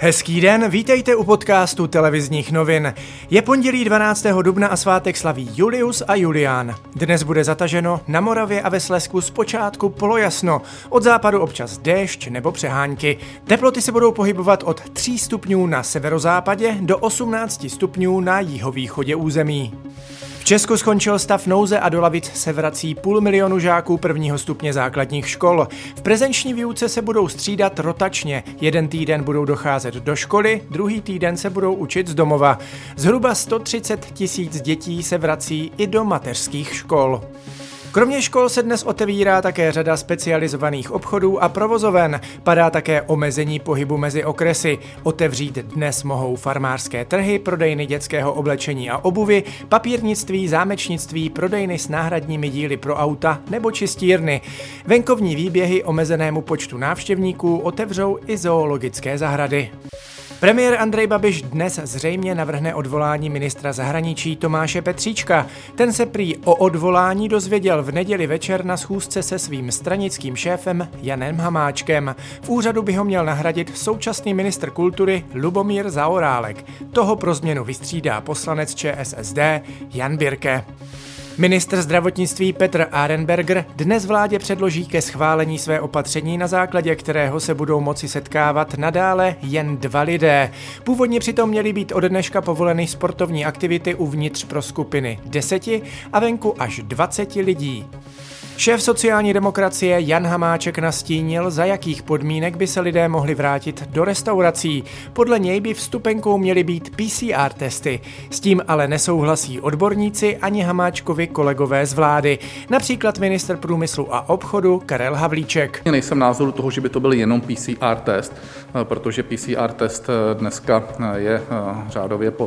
Hezký den, vítejte u podcastu televizních novin. Je pondělí 12. dubna a svátek slaví Julius a Julián. Dnes bude zataženo, na Moravě a ve Slezsku zpočátku polojasno, od západu občas déšť nebo přehánky. Teploty se budou pohybovat od 3 stupňů na severozápadě do 18 stupňů na jihovýchodě území. V Česku skončil stav nouze a do lavic se vrací 500 000 žáků prvního stupně základních škol. V prezenční výuce se budou střídat rotačně. Jeden týden budou docházet do školy, druhý týden se budou učit z domova. Zhruba 130 000 dětí se vrací i do mateřských škol. Kromě škol se dnes otevírá také řada specializovaných obchodů a provozoven. Padá také omezení pohybu mezi okresy. Otevřít dnes mohou farmářské trhy, prodejny dětského oblečení a obuvy, papírnictví, zámečnictví, prodejny s náhradními díly pro auta nebo čistírny. Venkovní výběhy omezenému počtu návštěvníků otevřou i zoologické zahrady. Premiér Andrej Babiš dnes zřejmě navrhne odvolání ministra zahraničí Tomáše Petříčka. Ten se prý o odvolání dozvěděl v neděli večer na schůzce se svým stranickým šéfem Janem Hamáčkem. V úřadu by ho měl nahradit současný ministr kultury Lubomír Zaorálek. Toho pro změnu vystřídá poslanec ČSSD Jan Birke. Ministr zdravotnictví Petr Arenberger dnes vládě předloží ke schválení své opatření, na základě kterého se budou moci setkávat nadále jen 2 lidé. Původně přitom měly být od dneška povoleny sportovní aktivity uvnitř pro skupiny 10 a venku až 20 lidí. Šéf sociální demokracie Jan Hamáček nastínil, za jakých podmínek by se lidé mohli vrátit do restaurací. Podle něj by vstupenkou měly být PCR testy. S tím ale nesouhlasí odborníci ani Hamáčkovi kolegové z vlády. Například ministr průmyslu a obchodu Karel Havlíček. Nejsem názoru toho, že by to byl jenom PCR test, protože PCR test dneska je řádově pro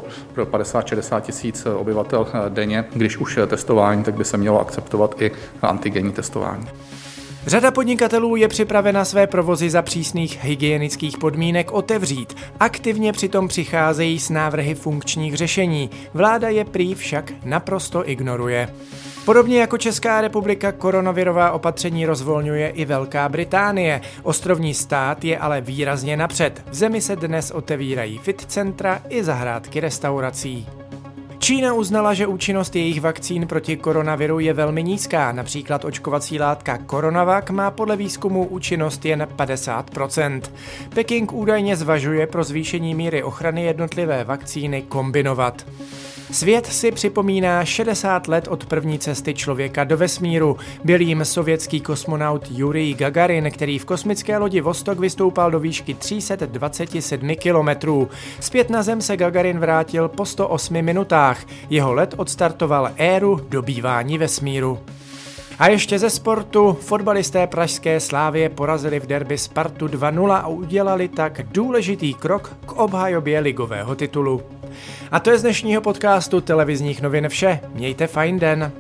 50-60 tisíc obyvatel denně. Když už testování, tak by se mělo akceptovat i antigenní testování. Řada podnikatelů je připravena své provozy za přísných hygienických podmínek otevřít. Aktivně přitom přicházejí s návrhy funkčních řešení. Vláda je prý však naprosto ignoruje. Podobně jako Česká republika koronavirová opatření rozvolňuje i Velká Británie. Ostrovní stát je ale výrazně napřed. V zemi se dnes otevírají fitcentra i zahrádky restaurací. Čína uznala, že účinnost jejich vakcín proti koronaviru je velmi nízká. Například očkovací látka CoronaVac má podle výzkumu účinnost jen 50%. Peking údajně zvažuje pro zvýšení míry ochrany jednotlivé vakcíny kombinovat. Svět si připomíná 60 let od první cesty člověka do vesmíru. Byl jím sovětský kosmonaut Jurij Gagarin, který v kosmické lodi Vostok vystoupal do výšky 327 kilometrů. Zpět na Zem se Gagarin vrátil po 108 minutách. Jeho let odstartoval éru dobývání vesmíru. A ještě ze sportu, fotbalisté pražské Slavie porazili v derby Spartu 2-0 a udělali tak důležitý krok k obhajobě ligového titulu. A to je z dnešního podcastu televizních novin vše. Mějte fajn den.